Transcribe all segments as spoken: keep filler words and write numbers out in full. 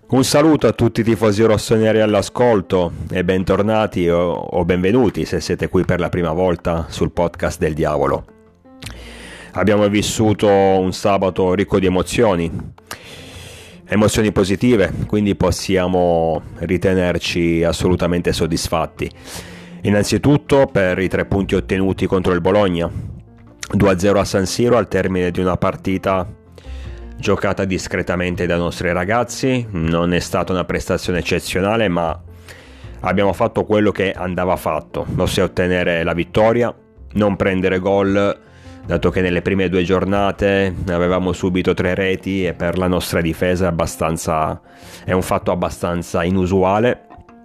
Un saluto a tutti i tifosi rossoneri all'ascolto e bentornati o, o benvenuti se siete qui per la prima volta sul podcast del diavolo. Abbiamo vissuto un sabato ricco di emozioni, emozioni positive, quindi possiamo ritenerci assolutamente soddisfatti. Innanzitutto per i tre punti ottenuti contro il Bologna, due a zero a San Siro al termine di una partita giocata discretamente dai nostri ragazzi. Non è stata una prestazione eccezionale, ma abbiamo fatto quello che andava fatto, ossia ottenere la vittoria, non prendere gol, dato che nelle prime due giornate avevamo subito tre reti e per la nostra difesa è abbastanza è un fatto abbastanza inusuale.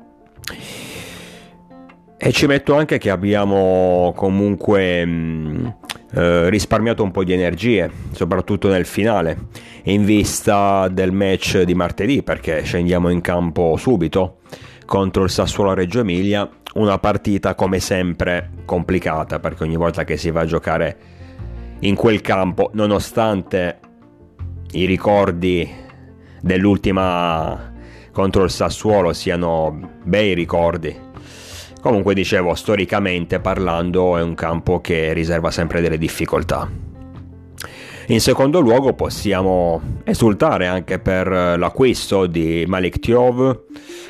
E ci metto anche che abbiamo comunque mh, eh, risparmiato un po' di energie, soprattutto nel finale, in vista del match di martedì, perché scendiamo in campo subito contro il Sassuolo Reggio Emilia, una partita come sempre complicata, perché ogni volta che si va a giocare in quel campo, nonostante i ricordi dell'ultima contro il Sassuolo siano bei ricordi, comunque dicevo, storicamente parlando è un campo che riserva sempre delle difficoltà. In secondo luogo possiamo esultare anche per l'acquisto di Malik Thiaw.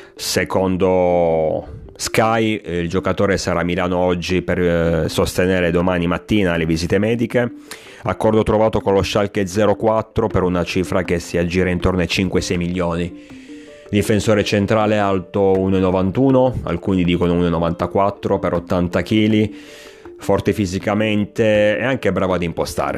Secondo Sky il giocatore sarà a Milano oggi per sostenere domani mattina le visite mediche. Accordo trovato con lo Schalke zero quattro per una cifra che si aggira intorno ai cinque sei milioni. Difensore centrale alto uno virgola novantuno, alcuni dicono uno virgola novantaquattro, per ottanta chili, forte fisicamente e anche bravo ad impostare.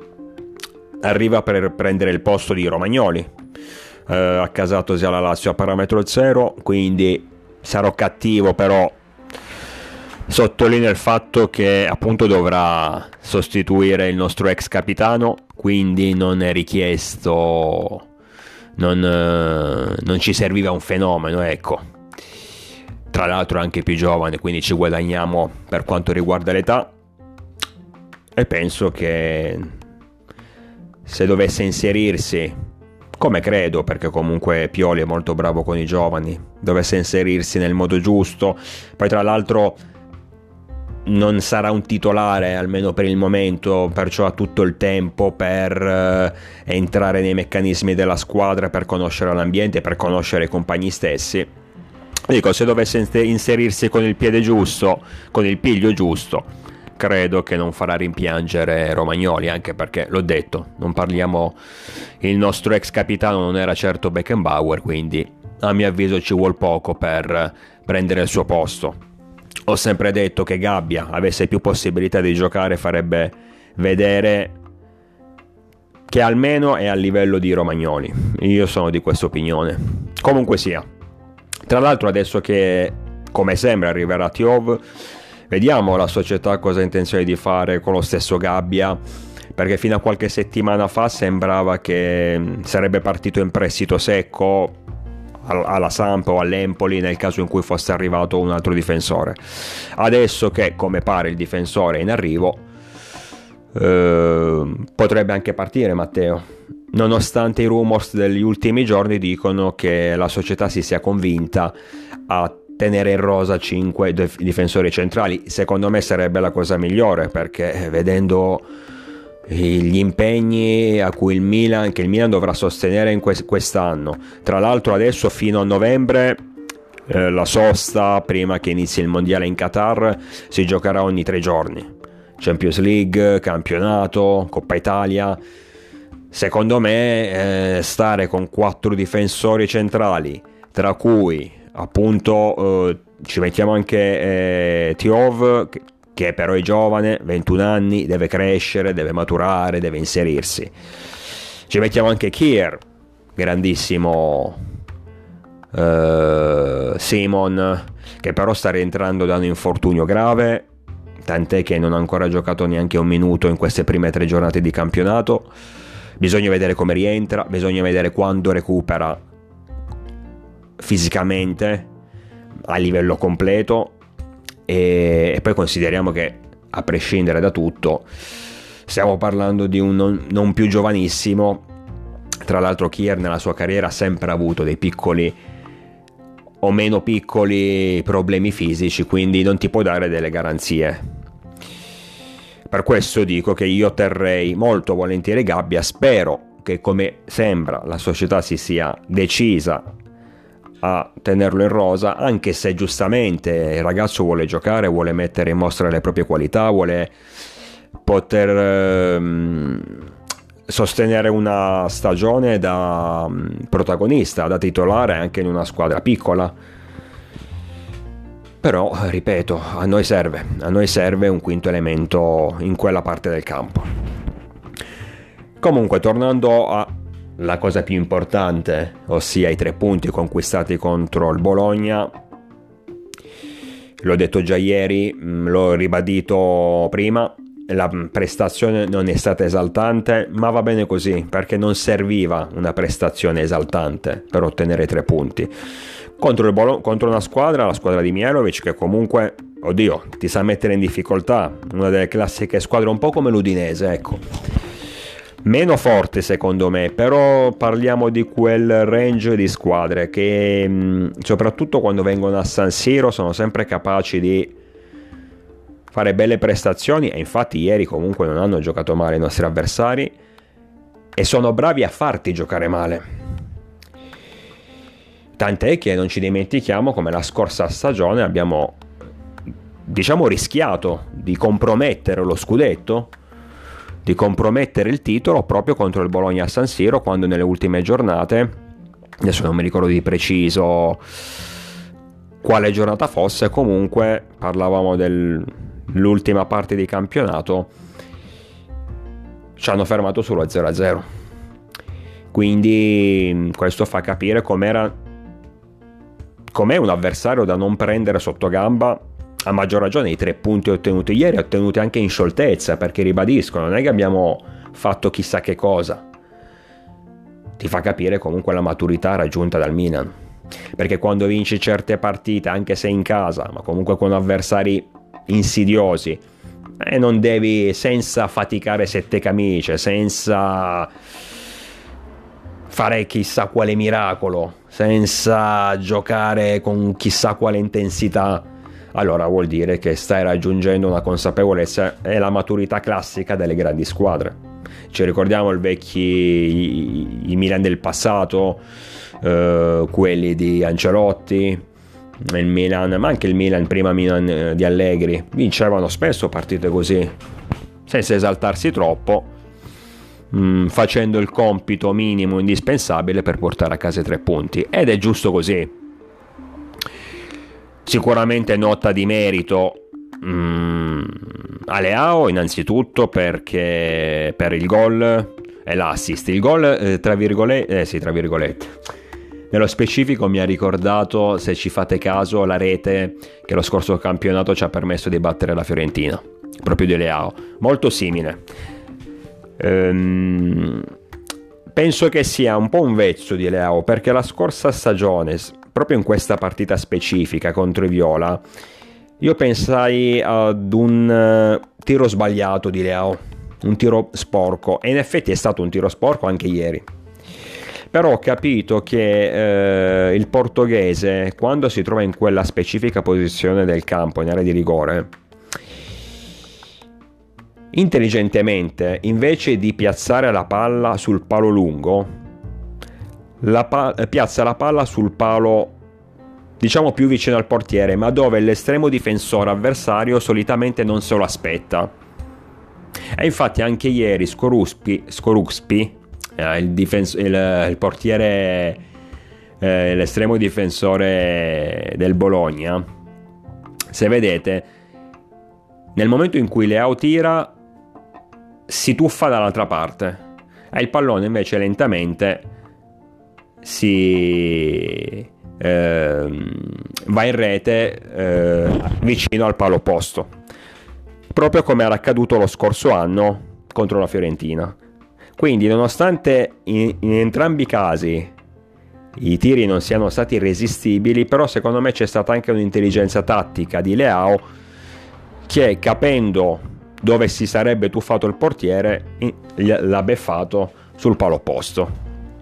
Arriva per prendere il posto di Romagnoli, eh, accasatosi alla Lazio a parametro zero, quindi sarò cattivo, però sottolineo il fatto che appunto dovrà sostituire il nostro ex capitano, quindi non è richiesto... Non, non ci serviva un fenomeno, ecco. Tra l'altro è anche più giovane, quindi ci guadagniamo per quanto riguarda l'età, e penso che se dovesse inserirsi, come credo, perché comunque Pioli è molto bravo con i giovani, dovesse inserirsi nel modo giusto, poi tra l'altro non sarà un titolare almeno per il momento, perciò ha tutto il tempo per eh, entrare nei meccanismi della squadra, per conoscere l'ambiente, per conoscere i compagni stessi. Dico, se dovesse inserirsi con il piede giusto, con il piglio giusto, credo che non farà rimpiangere Romagnoli, anche perché l'ho detto, non parliamo, il nostro ex capitano non era certo Beckenbauer, quindi a mio avviso ci vuol poco per prendere il suo posto. Ho sempre detto che Gabbia avesse più possibilità di giocare, farebbe vedere che almeno è a livello di Romagnoli. Io sono di questa opinione. Comunque sia, tra l'altro adesso che come sembra arriverà Thiaw, vediamo la società cosa ha intenzione di fare con lo stesso Gabbia, perché fino a qualche settimana fa sembrava che sarebbe partito in prestito secco alla Samp o all'Empoli nel caso in cui fosse arrivato un altro difensore. Adesso che come pare il difensore è in arrivo, eh, potrebbe anche partire Matteo, nonostante i rumors degli ultimi giorni dicono che la società si sia convinta a tenere in rosa cinque difensori centrali. Secondo me sarebbe la cosa migliore, perché vedendo gli impegni a cui il Milan, che il Milan dovrà sostenere in quest- quest'anno, tra l'altro adesso fino a novembre eh, la sosta prima che inizi il mondiale in Qatar si giocherà ogni tre giorni, Champions League, campionato, Coppa Italia. Secondo me eh, stare con quattro difensori centrali, tra cui appunto eh, ci mettiamo anche eh, Thiaw, che che però è giovane, ventuno anni, deve crescere, deve maturare, deve inserirsi. Ci mettiamo anche Kier, grandissimo eh, Simon, che però sta rientrando da un infortunio grave, tant'è che non ha ancora giocato neanche un minuto in queste prime tre giornate di campionato. Bisogna vedere come rientra, bisogna vedere quando recupera fisicamente a livello completo. E poi consideriamo che, a prescindere da tutto, stiamo parlando di un non, non più giovanissimo Tra l'altro Kier nella sua carriera ha sempre avuto dei piccoli o meno piccoli problemi fisici, quindi non ti può dare delle garanzie. Per questo dico che io terrei molto volentieri Gabbia. Spero che, come sembra, la società si sia decisa a tenerlo in rosa, anche se giustamente il ragazzo vuole giocare, vuole mettere in mostra le proprie qualità, vuole poter ehm, sostenere una stagione da protagonista, da titolare anche in una squadra piccola. Però, ripeto, a noi serve, a noi serve un quinto elemento in quella parte del campo. Comunque, tornando alla cosa più importante, ossia i tre punti conquistati contro il Bologna, l'ho detto già ieri, l'ho ribadito prima, la prestazione non è stata esaltante, ma va bene così, perché non serviva una prestazione esaltante per ottenere tre punti contro, il Bolo- contro una squadra, la squadra di Mihajlovic, che comunque, oddio, ti sa mettere in difficoltà, una delle classiche squadre un po' come l'Udinese, ecco, meno forte secondo me, però parliamo di quel range di squadre che soprattutto quando vengono a San Siro sono sempre capaci di fare belle prestazioni, e infatti ieri comunque non hanno giocato male i nostri avversari e sono bravi a farti giocare male. Tant'è che non ci dimentichiamo come la scorsa stagione abbiamo, diciamo, rischiato di compromettere lo scudetto, di compromettere il titolo proprio contro il Bologna a San Siro, quando nelle ultime giornate, adesso non mi ricordo di preciso quale giornata fosse, comunque parlavamo dell'ultima parte di campionato, ci hanno fermato solo a zero a zero. Quindi questo fa capire com'era com'è un avversario da non prendere sotto gamba. A maggior ragione i tre punti ottenuti ieri, ottenuti anche in scioltezza, perché ribadisco, non è che abbiamo fatto chissà che cosa. Ti fa capire comunque la maturità raggiunta dal Milan, perché quando vinci certe partite, anche se in casa, ma comunque con avversari insidiosi, e eh, non devi, senza faticare sette camicie, senza fare chissà quale miracolo, senza giocare con chissà quale intensità, allora vuol dire che stai raggiungendo una consapevolezza e la maturità classica delle grandi squadre. Ci ricordiamo il vecchi i, i Milan del passato, eh, quelli di Ancelotti, il Milan, ma anche il Milan prima Milan di Allegri, vincevano spesso partite così, senza esaltarsi troppo, mh, facendo il compito minimo indispensabile per portare a casa i tre punti, ed è giusto così. Sicuramente nota di merito mh, a Leao innanzitutto, perché per il gol e l'assist, il gol eh, tra virgolette, eh sì, tra virgolette, nello specifico mi ha ricordato, se ci fate caso, la rete che lo scorso campionato ci ha permesso di battere la Fiorentina, proprio di Leao, molto simile. Ehm, penso che sia un po' un vezzo di Leao, perché la scorsa stagione, proprio in questa partita specifica contro i Viola, io pensai ad un uh, tiro sbagliato di Leao, un tiro sporco, e in effetti è stato un tiro sporco anche ieri. Però ho capito che eh, il portoghese, quando si trova in quella specifica posizione del campo, in area di rigore, intelligentemente, invece di piazzare la palla sul palo lungo, la pa- piazza la palla sul palo, diciamo, più vicino al portiere, ma dove l'estremo difensore avversario solitamente non se lo aspetta. E infatti anche ieri Skorupski, Skorupski eh, il, difens- il, il portiere, eh, l'estremo difensore del Bologna, se vedete, nel momento in cui Leao tira si tuffa dall'altra parte, e il pallone invece lentamente si eh, va in rete eh, vicino al palo opposto, proprio come era accaduto lo scorso anno contro la Fiorentina. Quindi, nonostante in, in entrambi i casi i tiri non siano stati irresistibili, però secondo me c'è stata anche un'intelligenza tattica di Leao, che, capendo dove si sarebbe tuffato il portiere, l'ha beffato sul palo opposto.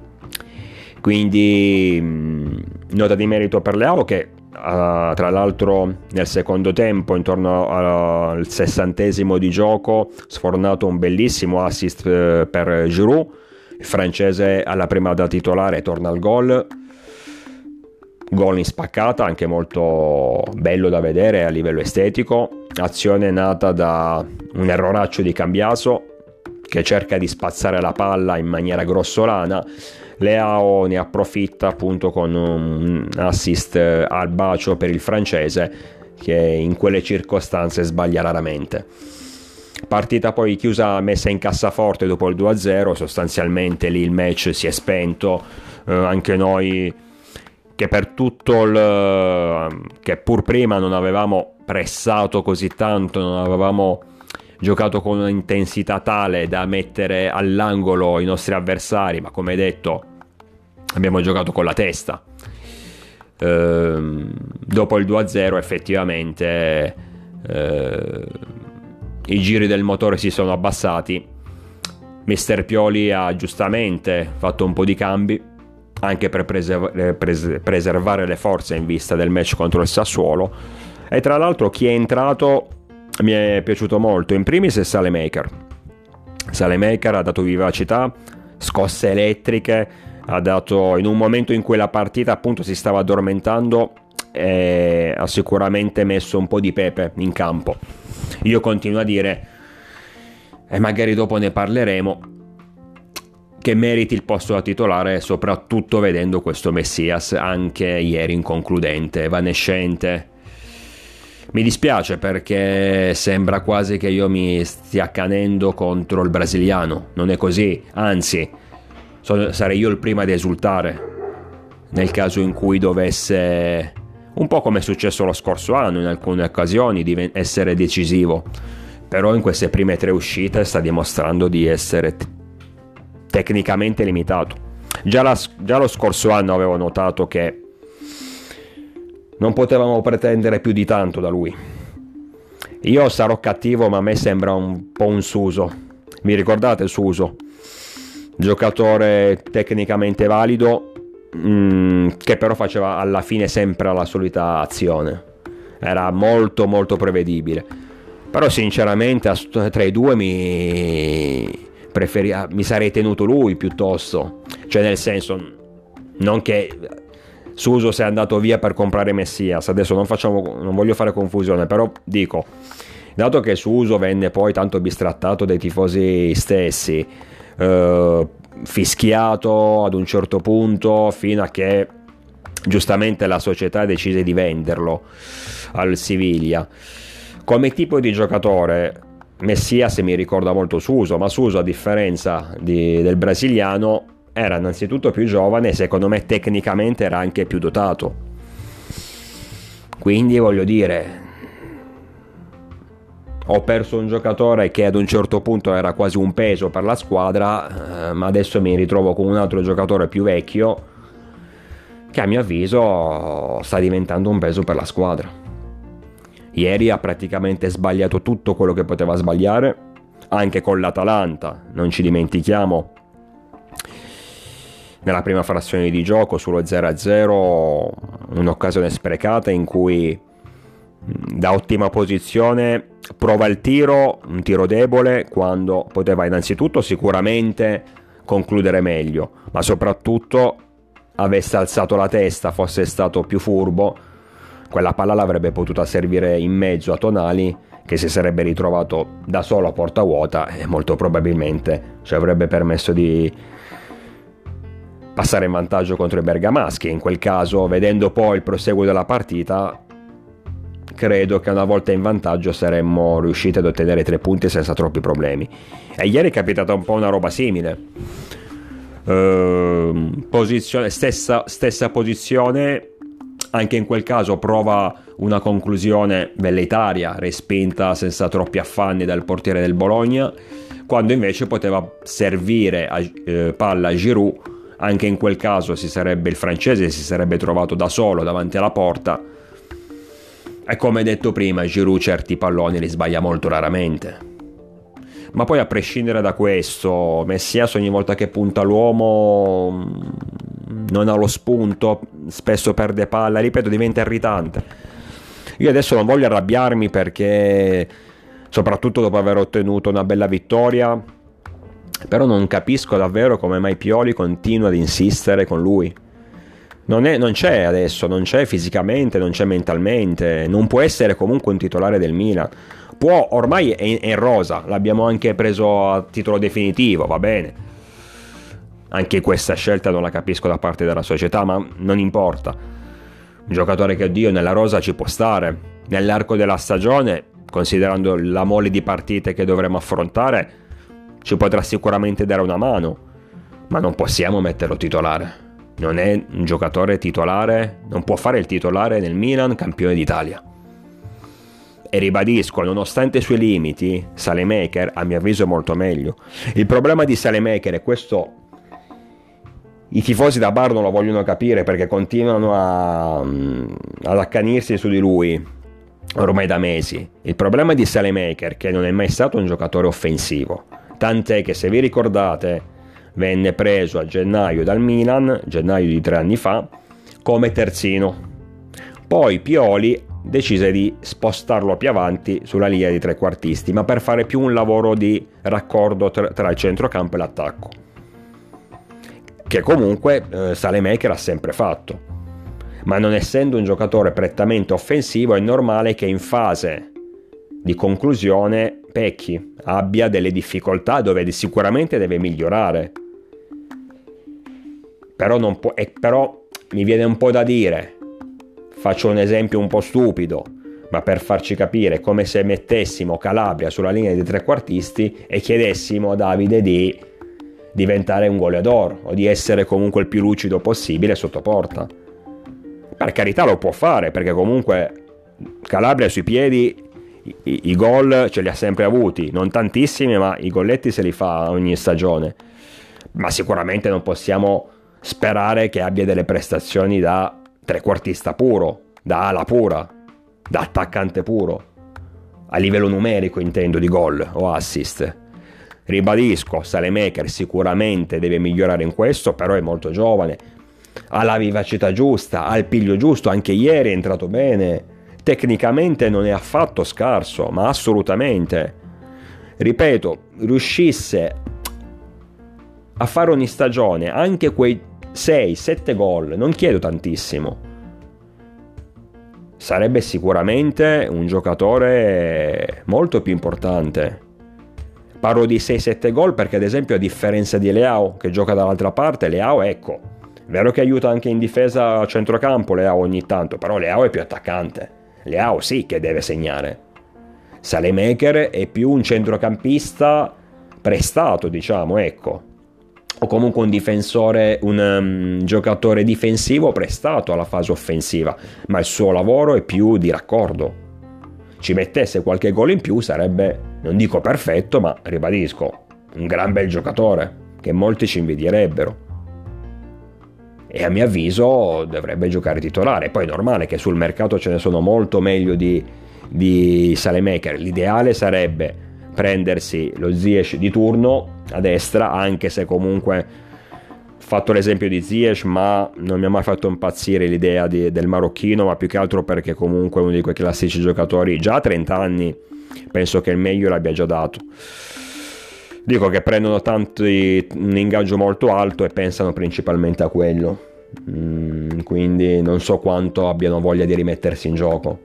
Quindi mh, nota di merito per Leao che uh, tra l'altro nel secondo tempo, intorno al sessantesimo di gioco, sfornato un bellissimo assist uh, per Giroud. Il francese alla prima da titolare torna al gol, gol in spaccata, anche molto bello da vedere a livello estetico, azione nata da un erroraccio di Cambiaso che cerca di spazzare la palla in maniera grossolana. Leao ne approfitta appunto con un assist al bacio per il francese, che in quelle circostanze sbaglia raramente. Partita poi chiusa, messa in cassaforte dopo il due a zero, sostanzialmente lì il match si è spento. Eh, anche noi che per tutto il che pur prima non avevamo pressato così tanto, non avevamo giocato con un'intensità tale da mettere all'angolo i nostri avversari, ma come detto abbiamo giocato con la testa. Ehm, dopo il due a zero effettivamente eh, i giri del motore si sono abbassati. Mister Pioli ha giustamente fatto un po' di cambi anche per preserv- pres- preservare le forze in vista del match contro il Sassuolo, e tra l'altro chi è entrato mi è piaciuto molto. In primis è Salemaker. Salemaker ha dato vivacità, scosse elettriche, ha dato, in un momento in cui la partita appunto si stava addormentando, e ha sicuramente messo un po' di pepe in campo. Io continuo a dire, e magari dopo ne parleremo, che meriti il posto da titolare, soprattutto vedendo questo Messias anche ieri inconcludente, evanescente. Mi dispiace perché sembra quasi che io mi stia accanendo contro il brasiliano. Non è così, anzi sono, sarei io il primo ad esultare nel caso in cui dovesse, un po' come è successo lo scorso anno in alcune occasioni, di essere decisivo. Però in queste prime tre uscite sta dimostrando di essere t- tecnicamente limitato. Già, la, già lo scorso anno avevo notato che non potevamo pretendere più di tanto da lui. Io sarò cattivo, ma a me sembra un po' un Suso. Vi ricordate Suso? Giocatore tecnicamente valido, mh, che però faceva alla fine sempre la solita azione. Era molto molto prevedibile. Però sinceramente tra i due mi, preferi... mi sarei tenuto lui piuttosto. Cioè nel senso, non che Suso sia andato via per comprare Messias, adesso non, facciamo, non voglio fare confusione, però dico, dato che Suso venne poi tanto bistrattato dai tifosi stessi, eh, fischiato ad un certo punto, fino a che giustamente la società decise di venderlo al Siviglia, come tipo di giocatore Messias mi ricorda molto Suso, ma Suso, a differenza di, del brasiliano, era innanzitutto più giovane e secondo me tecnicamente era anche più dotato. Quindi voglio dire, ho perso un giocatore che ad un certo punto era quasi un peso per la squadra, eh, ma adesso mi ritrovo con un altro giocatore più vecchio che a mio avviso sta diventando un peso per la squadra. Ieri ha praticamente sbagliato tutto quello che poteva sbagliare, anche con l'Atalanta, non ci dimentichiamo. Nella prima frazione di gioco sullo zero a zero, un'occasione sprecata in cui da ottima posizione prova il tiro, un tiro debole, quando poteva innanzitutto sicuramente concludere meglio, ma soprattutto avesse alzato la testa, fosse stato più furbo, quella palla l'avrebbe potuta servire in mezzo a Tonali, che si sarebbe ritrovato da solo a porta vuota e molto probabilmente ci avrebbe permesso di passare in vantaggio contro i bergamaschi. In quel caso, vedendo poi il proseguo della partita, credo che una volta in vantaggio saremmo riusciti ad ottenere tre punti senza troppi problemi. E ieri è capitata un po' una roba simile. Ehm, posizione, stessa, stessa posizione, anche in quel caso prova una conclusione velleitaria, respinta senza troppi affanni dal portiere del Bologna, quando invece poteva servire a, eh, palla a Giroud. Anche in quel caso si sarebbe il francese si sarebbe trovato da solo davanti alla porta, e come detto prima Giroud certi palloni li sbaglia molto raramente. Ma poi, a prescindere da questo, Messias ogni volta che punta l'uomo non ha lo spunto, spesso perde palla, ripeto, diventa irritante. Io adesso non voglio arrabbiarmi perché, soprattutto dopo aver ottenuto una bella vittoria, però non capisco davvero come mai Pioli continua ad insistere con lui. Non, è, non c'è adesso, non c'è fisicamente, non c'è mentalmente, non può essere comunque un titolare del Milan. Può, ormai è in, è in rosa, l'abbiamo anche preso a titolo definitivo, va bene. Anche questa scelta non la capisco da parte della società, ma non importa. Un giocatore che, oddio, nella rosa ci può stare. Nell'arco della stagione, considerando la mole di partite che dovremo affrontare, ci potrà sicuramente dare una mano, ma non possiamo metterlo titolare. Non è un giocatore titolare, non può fare il titolare nel Milan campione d'Italia. E ribadisco, nonostante i suoi limiti, Saelemaekers a mio avviso è molto meglio. Il problema di Saelemaekers è questo: i tifosi da bar non lo vogliono capire perché continuano a, ad accanirsi su di lui ormai da mesi. Il problema di Saelemaekers è che non è mai stato un giocatore offensivo, tant'è che, se vi ricordate, venne preso a gennaio dal Milan, gennaio di tre anni fa, come terzino. Poi Pioli decise di spostarlo più avanti sulla linea di trequartisti, ma per fare più un lavoro di raccordo tra, tra il centrocampo e l'attacco, che comunque eh, Saelemaekers ha sempre fatto. Ma non essendo un giocatore prettamente offensivo, è normale che in fase di conclusione pecchi, abbia delle difficoltà dove sicuramente deve migliorare. Però, non può, e però mi viene un po' da dire, faccio un esempio un po' stupido, ma per farci capire, come se mettessimo Calabria sulla linea dei trequartisti e chiedessimo a Davide di diventare un goleador o di essere comunque il più lucido possibile sotto porta. Per carità, lo può fare, perché comunque Calabria sui piedi i, i gol ce li ha sempre avuti, non tantissimi, ma i golletti se li fa ogni stagione. Ma sicuramente non possiamo sperare che abbia delle prestazioni da trequartista puro, da ala pura, da attaccante puro, a livello numerico intendo, di gol o assist. Ribadisco, Saelemaekers sicuramente deve migliorare in questo, però è molto giovane, ha la vivacità giusta, ha il piglio giusto, anche ieri è entrato bene, tecnicamente non è affatto scarso, ma assolutamente. Ripeto, riuscisse a fare ogni stagione anche quei sei sette gol, non chiedo tantissimo, sarebbe sicuramente un giocatore molto più importante. Parlo di sei sette gol perché, ad esempio, a differenza di Leao, che gioca dall'altra parte, Leao, ecco, vero che aiuta anche in difesa a centrocampo Leao ogni tanto, però Leao è più attaccante. Leao sì che deve segnare. Saelemaekers è più un centrocampista prestato, diciamo, ecco, o comunque un difensore, un um, giocatore difensivo prestato alla fase offensiva, ma il suo lavoro è più di raccordo. Ci mettesse qualche gol in più sarebbe, non dico perfetto, ma ribadisco, un gran bel giocatore che molti ci invidierebbero, e a mio avviso dovrebbe giocare titolare. Poi è normale che sul mercato ce ne sono molto meglio di, di Saelemaekers. L'ideale sarebbe prendersi lo Ziyech di turno a destra, anche se comunque, fatto l'esempio di Ziyech, ma non mi ha mai fatto impazzire l'idea di, del marocchino, ma più che altro perché comunque è uno di quei classici giocatori, già a trenta anni penso che il meglio l'abbia già dato. Dico che prendono tanti, un ingaggio molto alto, e pensano principalmente a quello, mm, quindi non so quanto abbiano voglia di rimettersi in gioco.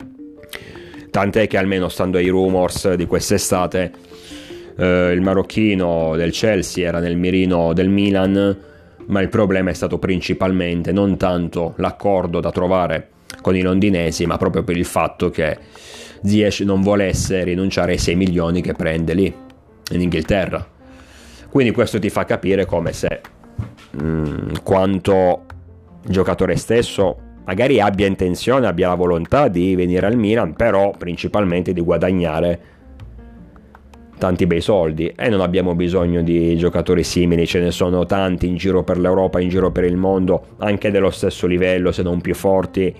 Tant'è che, almeno stando ai rumors di quest'estate, eh, il marocchino del Chelsea era nel mirino del Milan, ma il problema è stato principalmente non tanto l'accordo da trovare con i londinesi, ma proprio per il fatto che Ziyech non volesse rinunciare ai sei milioni che prende lì in Inghilterra. Quindi questo ti fa capire come se mh, quanto il giocatore stesso magari abbia intenzione, abbia la volontà di venire al Milan, però principalmente di guadagnare tanti bei soldi, e non abbiamo bisogno di giocatori simili, ce ne sono tanti in giro per l'Europa, in giro per il mondo, anche dello stesso livello, se non più forti,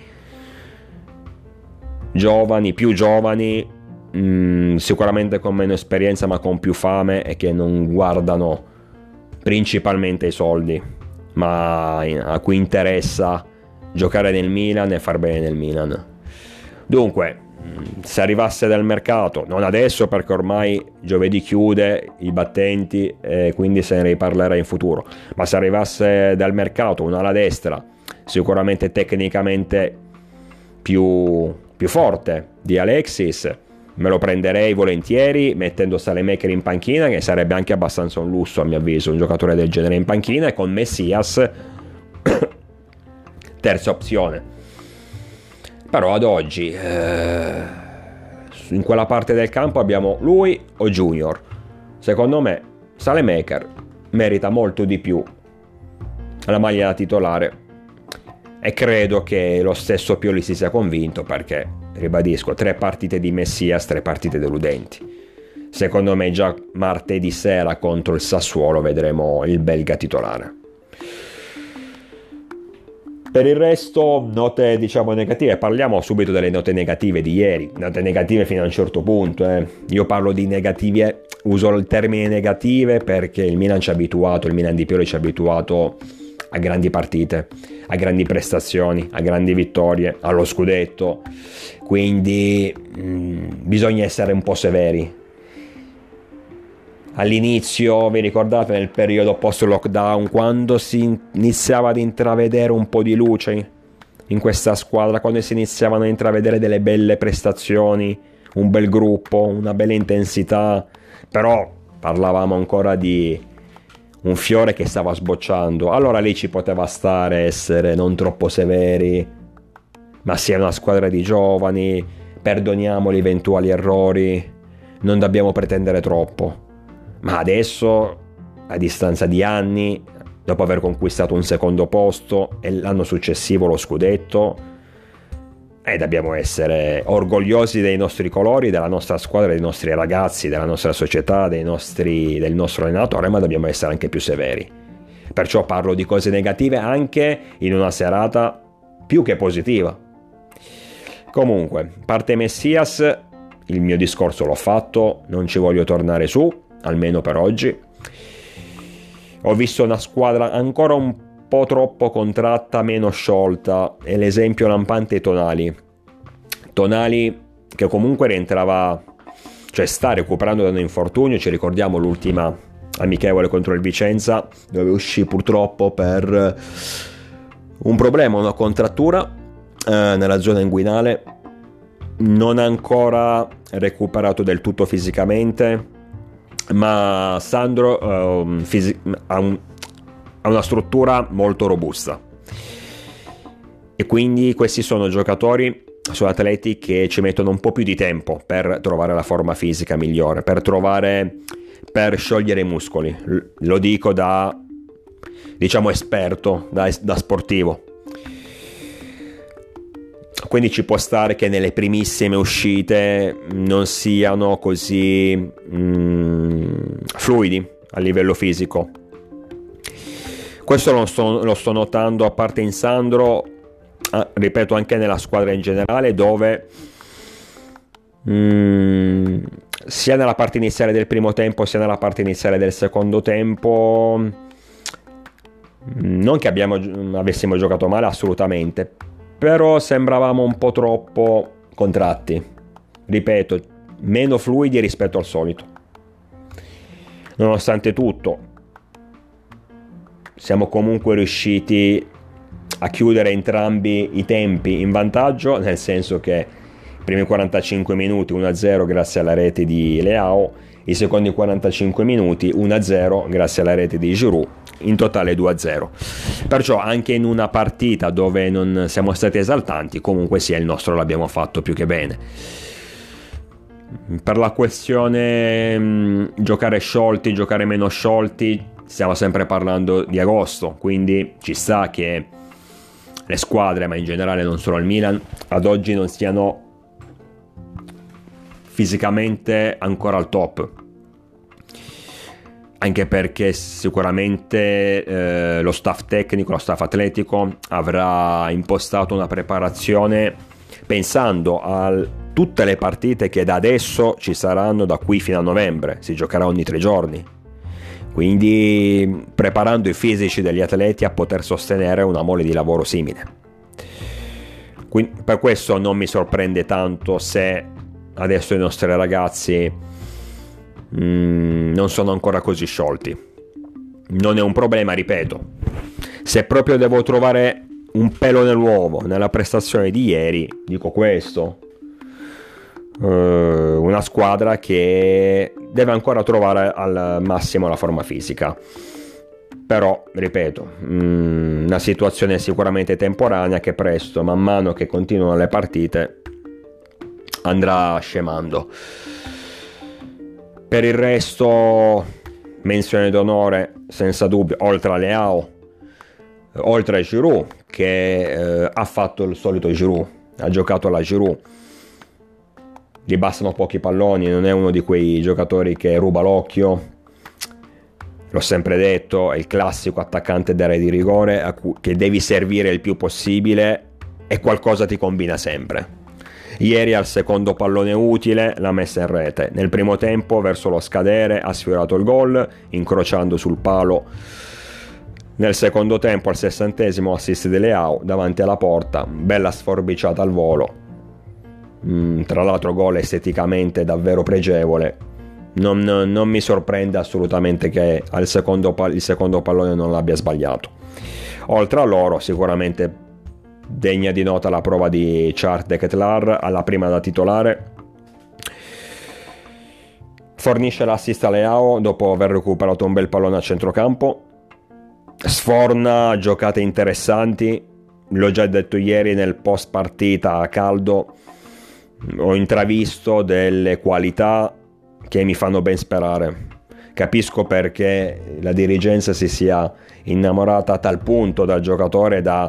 giovani, più giovani, mh, sicuramente con meno esperienza ma con più fame, e che non guardano principalmente i soldi. ma a cui interessa giocare nel Milan e far bene nel Milan. Dunque, se arrivasse dal mercato, non adesso perché ormai giovedì chiude i battenti e quindi se ne riparlerà in futuro, ma se arrivasse dal mercato un'ala destra sicuramente tecnicamente più, più forte di Alexis, me lo prenderei volentieri mettendo Salemaker in panchina, che sarebbe anche abbastanza un lusso a mio avviso, un giocatore del genere in panchina, e con Messias terza opzione. Però ad oggi eh, in quella parte del campo abbiamo lui o Junior. Secondo me Salemaker merita molto di più la maglia da titolare, e credo che lo stesso Pioli si sia convinto, perché ribadisco, tre partite di Messias, tre partite deludenti. Secondo me già martedì sera contro il Sassuolo vedremo il belga titolare. Per il resto, note diciamo negative. Parliamo subito delle note negative di ieri. Note negative fino a un certo punto. Eh. Io parlo di negative, uso il termine negative perché il Milan ci ha abituato, il Milan di Pioli ci ha abituato a grandi partite, a grandi prestazioni, a grandi vittorie, allo scudetto. Quindi mh, bisogna essere un po' severi. All'inizio, vi ricordate, nel periodo post-lockdown, quando si iniziava ad intravedere un po' di luce in questa squadra, quando si iniziavano a intravedere delle belle prestazioni, un bel gruppo, una bella intensità, però parlavamo ancora di un fiore che stava sbocciando. Allora lì ci poteva stare essere non troppo severi, ma sia una squadra di giovani, perdoniamo gli eventuali errori, non dobbiamo pretendere troppo. Ma adesso, a distanza di anni, dopo aver conquistato un secondo posto e l'anno successivo lo scudetto, eh, dobbiamo essere orgogliosi dei nostri colori, della nostra squadra, dei nostri ragazzi, della nostra società, dei nostri, del nostro allenatore, ma dobbiamo essere anche più severi. Perciò parlo di cose negative anche in una serata più che positiva. Comunque, parte Messias, il mio discorso l'ho fatto, non ci voglio tornare su, almeno per oggi. Ho visto una squadra ancora un po' troppo contratta, meno sciolta, e l'esempio lampante è Tonali. Tonali che comunque rientrava, cioè sta recuperando da un infortunio, ci ricordiamo l'ultima amichevole contro il Vicenza, dove uscì purtroppo per un problema, una contrattura eh, nella zona inguinale, non ha ancora recuperato del tutto fisicamente, ma Sandro uh, fisi- ha, un, ha una struttura molto robusta, e quindi questi sono giocatori, sono atleti che ci mettono un po' più di tempo per trovare la forma fisica migliore, per trovare, per sciogliere i muscoli. L- lo dico da, diciamo, esperto, da, da sportivo. Quindi ci può stare che nelle primissime uscite non siano così mm, fluidi a livello fisico. Questo lo sto, lo sto notando, a parte in Sandro, ah, ripeto, anche nella squadra in generale, dove mm, sia nella parte iniziale del primo tempo sia nella parte iniziale del secondo tempo, non che abbiamo, avessimo giocato male assolutamente, però sembravamo un po' troppo contratti, ripeto, meno fluidi rispetto al solito. Nonostante tutto, siamo comunque riusciti a chiudere entrambi i tempi in vantaggio, nel senso che i primi quarantacinque minuti uno a zero grazie alla rete di Leao, i secondi quarantacinque minuti uno a zero grazie alla rete di Giroud, in totale due a zero. Perciò anche in una partita dove non siamo stati esaltanti, comunque sia il nostro l'abbiamo fatto più che bene. Per la questione mh, giocare sciolti, giocare meno sciolti, stiamo sempre parlando di agosto, quindi ci sta che le squadre, ma in generale non solo il Milan, ad oggi non siano fisicamente ancora al top, anche perché sicuramente eh, lo staff tecnico, lo staff atletico avrà impostato una preparazione pensando a tutte le partite che da adesso ci saranno da qui fino a novembre. Si giocherà ogni tre giorni, quindi preparando i fisici degli atleti a poter sostenere una mole di lavoro simile. Quindi, per questo non mi sorprende tanto se adesso i nostri ragazzi mm, non sono ancora così sciolti. Non è un problema, ripeto. Se proprio devo trovare un pelo nell'uovo nella prestazione di ieri, dico questo: uh, una squadra che deve ancora trovare al massimo la forma fisica, però ripeto, mh, una situazione sicuramente temporanea che presto, man mano che continuano le partite, andrà scemando. Per il resto, menzione d'onore senza dubbio, oltre a Leao, oltre a Giroud, che eh, ha fatto il solito Giroud, ha giocato alla Giroud, gli bastano pochi palloni, non è uno di quei giocatori che ruba l'occhio, l'ho sempre detto, è il classico attaccante d'area di rigore a cui, che devi servire il più possibile e qualcosa ti combina sempre. Ieri al secondo pallone utile l'ha messa in rete, nel primo tempo verso lo scadere ha sfiorato il gol incrociando sul palo. Nel secondo tempo al sessantesimo assist di Leao davanti alla porta, bella sforbiciata al volo, mm, tra l'altro gol esteticamente davvero pregevole. Non, non mi sorprende assolutamente che al secondo, il secondo pallone non l'abbia sbagliato. Oltre a loro sicuramente degna di nota la prova di Charles de Ketelaere alla prima da titolare. Fornisce l'assist a Leao dopo aver recuperato un bel pallone a centrocampo. Sforna giocate interessanti, l'ho già detto ieri nel post partita a caldo, ho intravisto delle qualità che mi fanno ben sperare. Capisco perché la dirigenza si sia innamorata a tal punto dal giocatore da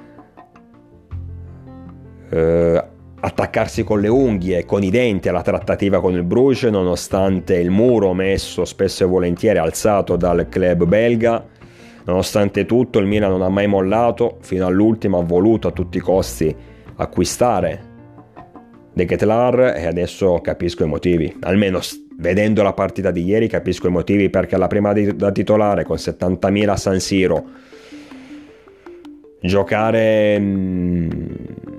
eh, attaccarsi con le unghie e con i denti alla trattativa con il Bruges, nonostante il muro messo spesso e volentieri alzato dal club belga. Nonostante tutto il Milan non ha mai mollato, fino all'ultimo ha voluto a tutti i costi acquistare De Ketelaere e adesso capisco i motivi. Almeno vedendo la partita di ieri capisco i motivi, perché la prima da titolare con settantamila a San Siro, giocare mh,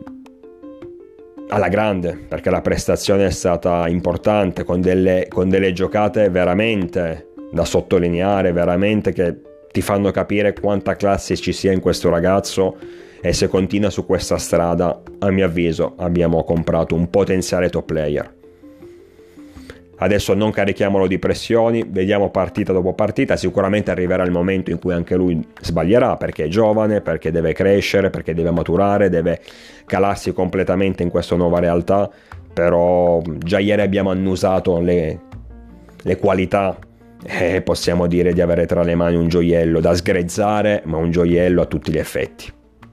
alla grande, perché la prestazione è stata importante, con delle, con delle giocate veramente da sottolineare, veramente che ti fanno capire quanta classe ci sia in questo ragazzo, e se continua su questa strada, a mio avviso, abbiamo comprato un potenziale top player. Adesso non carichiamolo di pressioni, vediamo partita dopo partita, sicuramente arriverà il momento in cui anche lui sbaglierà, perché è giovane, perché deve crescere, perché deve maturare, deve calarsi completamente in questa nuova realtà, però già ieri abbiamo annusato le, le qualità e possiamo dire di avere tra le mani un gioiello da sgrezzare, ma un gioiello a tutti gli effetti.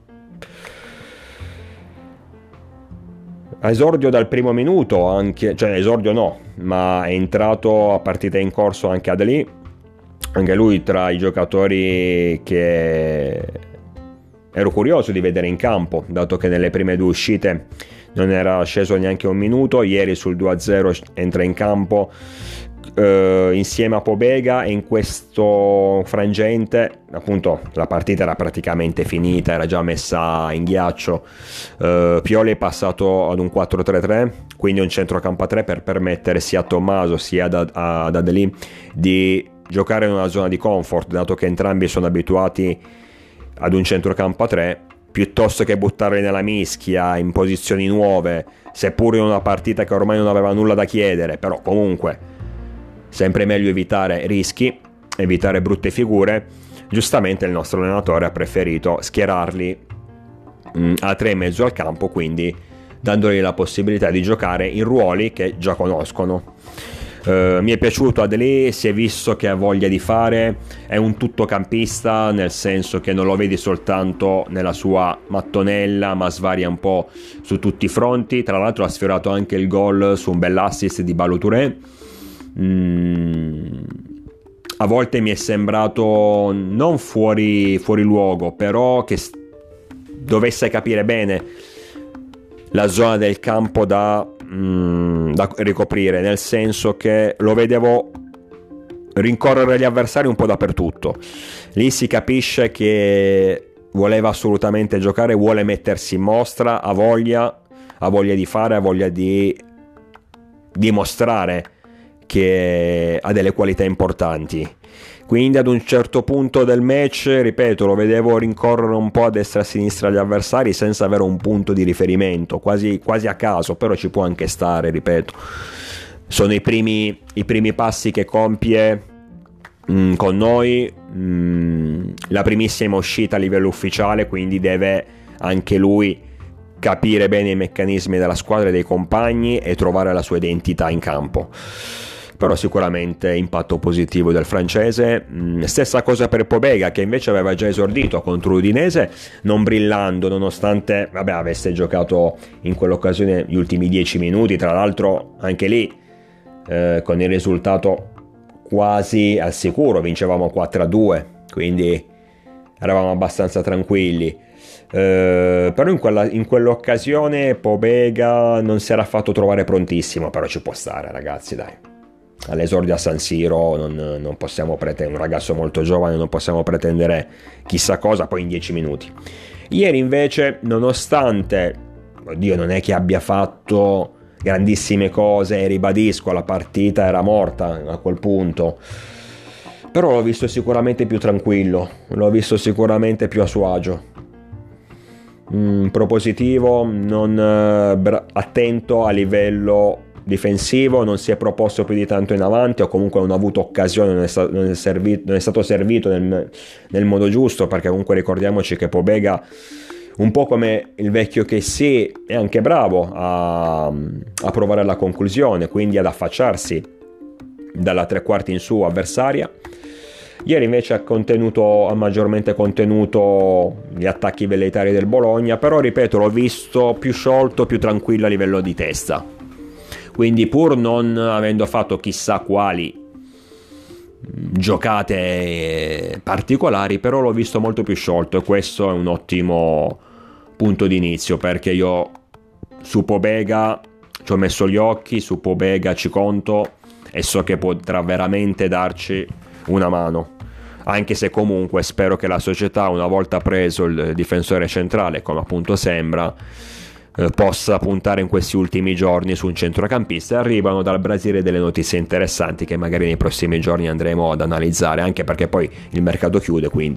A esordio dal primo minuto, anche, cioè esordio no, ma è entrato a partita in corso anche Adli, anche lui tra i giocatori che ero curioso di vedere in campo, dato che nelle prime due uscite non era sceso neanche un minuto. Ieri sul due a zero entra in campo Uh, insieme a Pobega, e in questo frangente appunto la partita era praticamente finita, era già messa in ghiaccio. uh, Pioli è passato ad un quattro tre tre, quindi un centrocampo a tre per permettere sia a Tommaso sia ad, ad Adli di giocare in una zona di comfort, dato che entrambi sono abituati ad un centrocampo a tre, piuttosto che buttarli nella mischia in posizioni nuove, seppur in una partita che ormai non aveva nulla da chiedere. Però comunque sempre meglio evitare rischi, evitare brutte figure. Giustamente il nostro allenatore ha preferito schierarli mh, a tre in mezzo al campo, quindi dandogli la possibilità di giocare in ruoli che già conoscono. Uh, mi è piaciuto Adli, si è visto che ha voglia di fare, è un tuttocampista, nel senso che non lo vedi soltanto nella sua mattonella, ma svaria un po' su tutti i fronti. Tra l'altro ha sfiorato anche il gol su un bell'assist di Balou Touré. Mm, a volte mi è sembrato non fuori, fuori luogo, però che st- dovesse capire bene la zona del campo da, mm, da ricoprire, nel senso che lo vedevo rincorrere gli avversari un po' dappertutto. Lì si capisce che voleva assolutamente giocare, vuole mettersi in mostra, ha voglia, ha voglia di fare, ha voglia di dimostrare che ha delle qualità importanti. Quindi ad un certo punto del match, ripeto, lo vedevo rincorrere un po' a destra e a sinistra gli avversari senza avere un punto di riferimento, quasi, quasi a caso, però ci può anche stare, ripeto. Sono i primi, i primi passi che compie mh, con noi, mh, la primissima uscita a livello ufficiale, quindi deve anche lui capire bene i meccanismi della squadra e dei compagni e trovare la sua identità in campo. Però sicuramente impatto positivo del francese. Stessa cosa per Pobega, che invece aveva già esordito contro l'Udinese, non brillando nonostante vabbè, avesse giocato in quell'occasione gli ultimi dieci minuti, tra l'altro anche lì eh, con il risultato quasi al sicuro, vincevamo quattro a due, quindi eravamo abbastanza tranquilli. Uh, però in, quella, in quell'occasione Pobega non si era fatto trovare prontissimo, però ci può stare, ragazzi, dai. All'esordio a San Siro non, non possiamo pretendere, un ragazzo molto giovane, non possiamo pretendere chissà cosa poi in dieci minuti. Ieri invece, nonostante, oddio, non è che abbia fatto grandissime cose, ribadisco, la partita era morta a quel punto, però l'ho visto sicuramente più tranquillo, l'ho visto sicuramente più a suo agio. Mm, propositivo, non eh, bra- attento a livello difensivo, non si è proposto più di tanto in avanti, o comunque non ha avuto occasione, non è, sta- non è, servito, non è stato servito nel, nel modo giusto, perché comunque ricordiamoci che Pobega, un po' come il vecchio che sì, è anche bravo a, a provare la conclusione, quindi ad affacciarsi dalla tre quarti in su avversaria. Ieri invece ha, contenuto, ha maggiormente contenuto gli attacchi velleitari del Bologna, però ripeto, l'ho visto più sciolto, più tranquillo a livello di testa. Quindi pur non avendo fatto chissà quali giocate particolari, però l'ho visto molto più sciolto, e questo è un ottimo punto di inizio, perché io su Pobega ci ho messo gli occhi, su Pobega ci conto e so che potrà veramente darci una mano, anche se comunque spero che la società, una volta preso il difensore centrale, come appunto sembra, eh, possa puntare in questi ultimi giorni su un centrocampista. Arrivano dal Brasile delle notizie interessanti che magari nei prossimi giorni andremo ad analizzare, anche perché poi il mercato chiude, quindi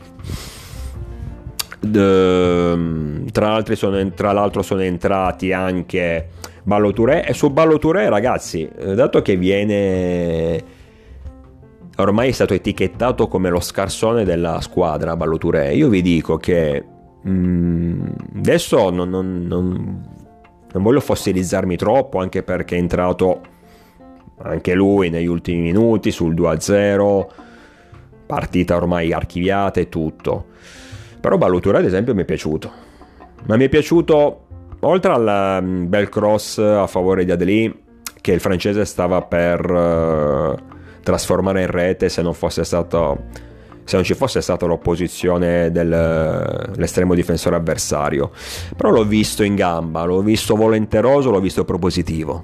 De, tra, l'altro sono, tra l'altro sono entrati anche Ballo Touré, e su Ballo Touré, ragazzi, dato che viene ormai è stato etichettato come lo scarsone della squadra, Ballo Touré, io vi dico che mh, adesso non, non, non, non voglio fossilizzarmi troppo, anche perché è entrato anche lui negli ultimi minuti sul due a zero, partita ormai archiviata e tutto. Però Ballo Touré ad esempio mi è piaciuto, ma mi è piaciuto oltre al um, bel cross a favore di Adli, che il francese stava per uh, trasformare in rete se non fosse stato se non ci fosse stata l'opposizione dell'estremo difensore avversario. Però l'ho visto in gamba, l'ho visto volenteroso, l'ho visto propositivo.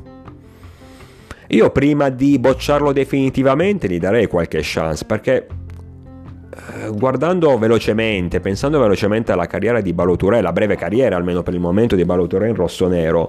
Io prima di bocciarlo definitivamente gli darei qualche chance, perché eh, guardando velocemente, pensando velocemente alla carriera di Ballo Touré, la breve carriera almeno per il momento di Ballo Touré in rossonero,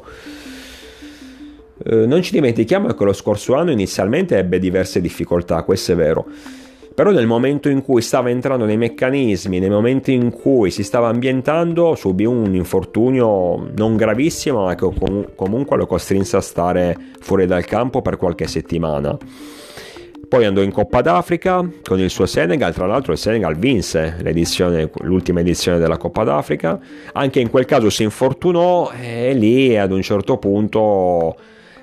Eh, non ci dimentichiamo che lo scorso anno inizialmente ebbe diverse difficoltà, questo è vero, però nel momento in cui stava entrando nei meccanismi, nei momenti in cui si stava ambientando, subì un infortunio non gravissimo, ma che com- comunque lo costrinse a stare fuori dal campo per qualche settimana. Poi andò in Coppa d'Africa con il suo Senegal, tra l'altro il Senegal vinse l'edizione, l'ultima edizione della Coppa d'Africa, anche in quel caso si infortunò e lì ad un certo punto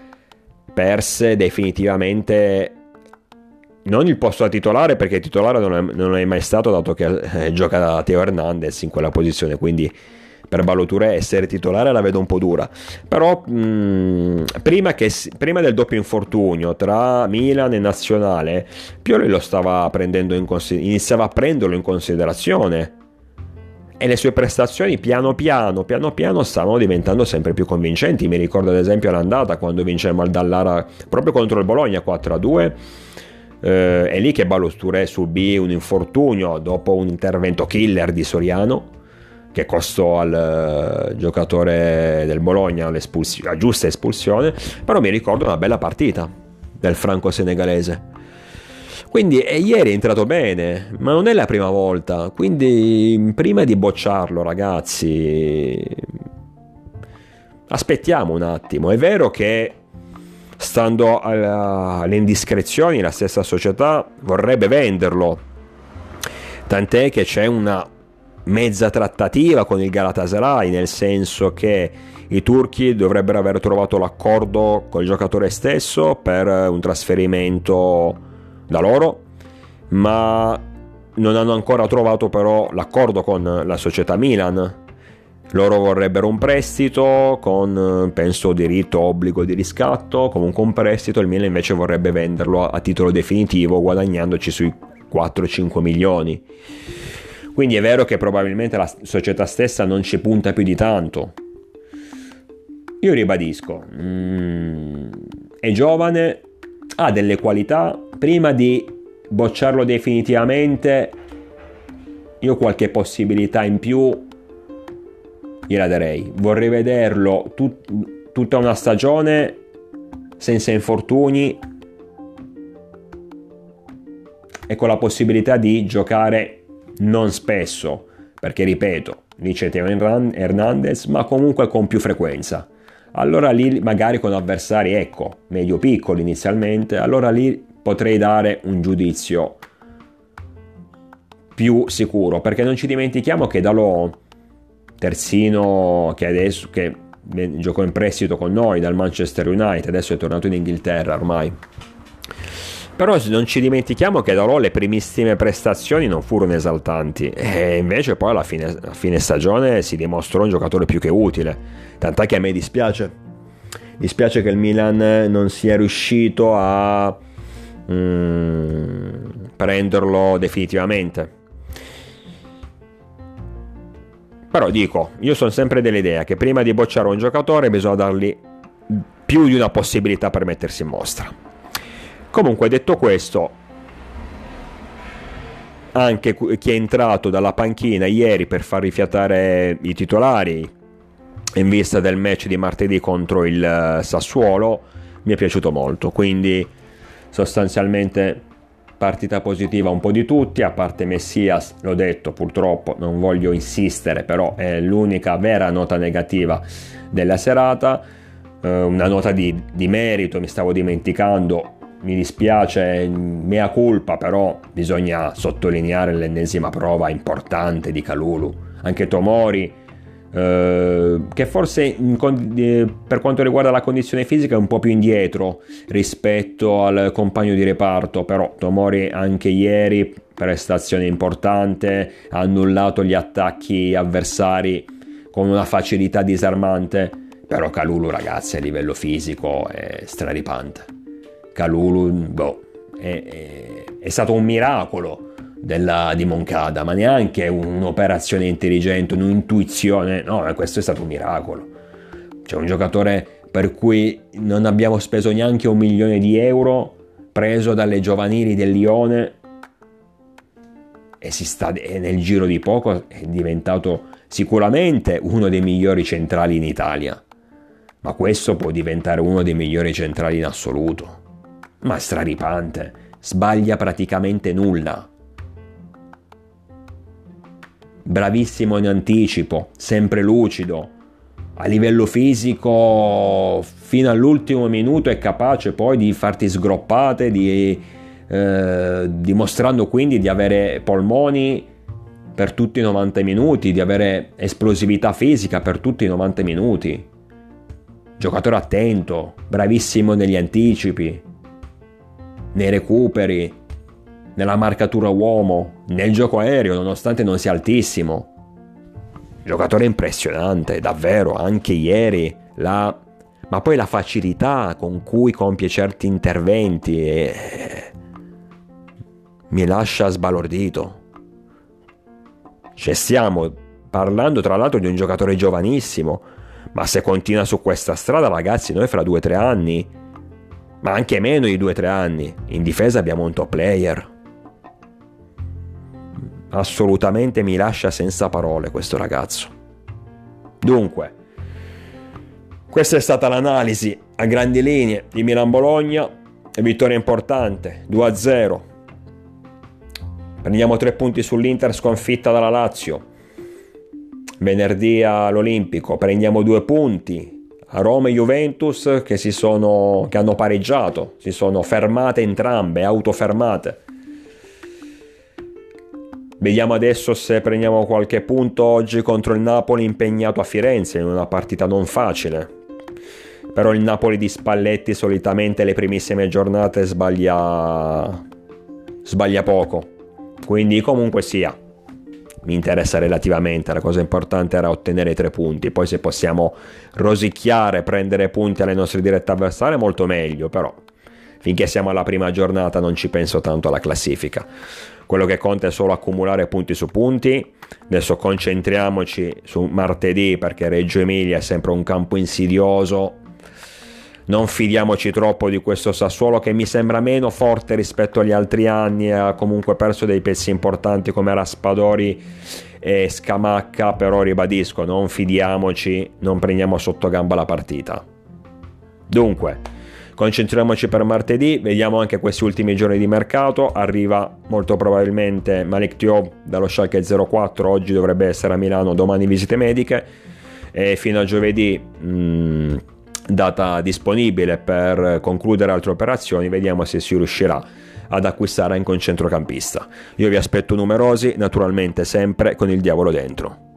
perse definitivamente non il posto da titolare, perché titolare non è, non è mai stato, dato che eh, gioca da Theo Hernandez in quella posizione, quindi per Ballo Touré essere titolare la vedo un po' dura. Però mh, prima, che, prima del doppio infortunio tra Milan e Nazionale, Pioli lo stava prendendo in considerazione, iniziava a prenderlo in considerazione, e le sue prestazioni piano piano, piano piano stavano diventando sempre più convincenti. Mi ricordo ad esempio l'andata, quando vincemmo al Dallara proprio contro il Bologna quattro a due, Eh, è lì che Ballo-Touré subì un infortunio dopo un intervento killer di Soriano, che costò al uh, giocatore del Bologna la giusta espulsione, però mi ricordo una bella partita del franco-senegalese. Quindi e ieri è entrato bene, ma non è la prima volta, quindi prima di bocciarlo, ragazzi, aspettiamo un attimo. È vero che, stando alle indiscrezioni, la stessa società vorrebbe venderlo, tant'è che c'è una mezza trattativa con il Galatasaray, nel senso che i turchi dovrebbero aver trovato l'accordo col giocatore stesso per un trasferimento da loro, ma non hanno ancora trovato però l'accordo con la società Milan. Loro vorrebbero un prestito con, penso, diritto, obbligo di riscatto, comunque un prestito. Il Milan invece vorrebbe venderlo a titolo definitivo, guadagnandoci sui quattro cinque milioni. Quindi è vero che probabilmente la società stessa non ci punta più di tanto. Io ribadisco, mm, è giovane, ha delle qualità. Prima di bocciarlo definitivamente, io qualche possibilità in più gliela darei. Vorrei vederlo tut- tutta una stagione senza infortuni e con la possibilità di giocare non spesso, perché ripeto, lì c'è Teo Hernandez, ma comunque con più frequenza. Allora lì magari con avversari, ecco, medio piccoli inizialmente, allora lì potrei dare un giudizio più sicuro, perché non ci dimentichiamo che Dalot, terzino che adesso che giocò in prestito con noi dal Manchester United, adesso è tornato in Inghilterra ormai, però non ci dimentichiamo che Dalot le primissime prestazioni non furono esaltanti, e invece poi alla fine, a fine stagione si dimostrò un giocatore più che utile, tant'è che a me dispiace dispiace che il Milan non sia riuscito a mm, prenderlo definitivamente. Però dico, io sono sempre dell'idea che prima di bocciare un giocatore bisogna dargli più di una possibilità per mettersi in mostra. Comunque, detto questo, anche chi è entrato dalla panchina ieri per far rifiatare i titolari in vista del match di martedì contro il Sassuolo mi è piaciuto molto, quindi sostanzialmente partita positiva un po' di tutti, a parte Messias, l'ho detto, purtroppo non voglio insistere, però è l'unica vera nota negativa della serata. Eh, una nota di, di merito, mi stavo dimenticando, mi dispiace, mea culpa, però bisogna sottolineare l'ennesima prova importante di Kalulu. Anche Tomori, eh, che forse in, per quanto riguarda la condizione fisica è un po' più indietro rispetto al compagno di reparto, però Tomori anche ieri prestazione importante, ha annullato gli attacchi avversari con una facilità disarmante. Però Kalulu, ragazzi, a livello fisico è straripante. Kalulu, boh, è, è, è stato un miracolo della, di Moncada, ma neanche un'operazione intelligente, un'intuizione, no, questo è stato un miracolo. C'è un giocatore per cui non abbiamo speso neanche un milione di euro, preso dalle giovanili del Lione, e si sta, e nel giro di poco è diventato sicuramente uno dei migliori centrali in Italia, ma questo può diventare uno dei migliori centrali in assoluto. Ma straripante, sbaglia praticamente nulla, bravissimo in anticipo, sempre lucido, a livello fisico fino all'ultimo minuto è capace poi di farti sgroppate, di, eh, dimostrando quindi di avere polmoni per tutti i novanta minuti, di avere esplosività fisica per tutti i novanta minuti. Giocatore attento, bravissimo negli anticipi, nei recuperi, nella marcatura uomo, nel gioco aereo, nonostante non sia altissimo. Giocatore impressionante, davvero, anche ieri, la... ma poi la facilità con cui compie certi interventi e... mi lascia sbalordito. Cioè, stiamo parlando tra l'altro di un giocatore giovanissimo, ma se continua su questa strada, ragazzi, noi fra due o tre anni ma anche meno di due tre anni. In difesa abbiamo un top player. Assolutamente mi lascia senza parole questo ragazzo. Dunque, questa è stata l'analisi a grandi linee di Milan-Bologna, vittoria importante, due a zero. Prendiamo tre punti sull'Inter sconfitta dalla Lazio. Venerdì all'Olimpico prendiamo due punti a Roma e Juventus che, si sono, che hanno pareggiato, si sono fermate entrambe, autofermate. Vediamo adesso se prendiamo qualche punto oggi contro il Napoli impegnato a Firenze in una partita non facile. Però il Napoli di Spalletti solitamente le primissime giornate sbaglia sbaglia poco. Quindi comunque sia, mi interessa relativamente, la cosa importante era ottenere i tre punti, poi se possiamo rosicchiare, prendere punti alle nostre dirette avversarie molto meglio, però finché siamo alla prima giornata non ci penso tanto alla classifica. Quello che conta è solo accumulare punti su punti. Adesso concentriamoci su martedì, perché Reggio Emilia è sempre un campo insidioso. Non fidiamoci troppo di questo Sassuolo che mi sembra meno forte rispetto agli altri anni, ha comunque perso dei pezzi importanti come Raspadori e Scamacca, però ribadisco, non fidiamoci, non prendiamo sotto gamba la partita. Dunque, concentriamoci per martedì, vediamo anche questi ultimi giorni di mercato. Arriva molto probabilmente Malik Thiaw dallo Schalke zero quattro, oggi dovrebbe essere a Milano, domani visite mediche, e fino a giovedì mh, data disponibile per concludere altre operazioni. Vediamo se si riuscirà ad acquistare anche un centrocampista. Io vi aspetto numerosi, naturalmente sempre con il diavolo dentro.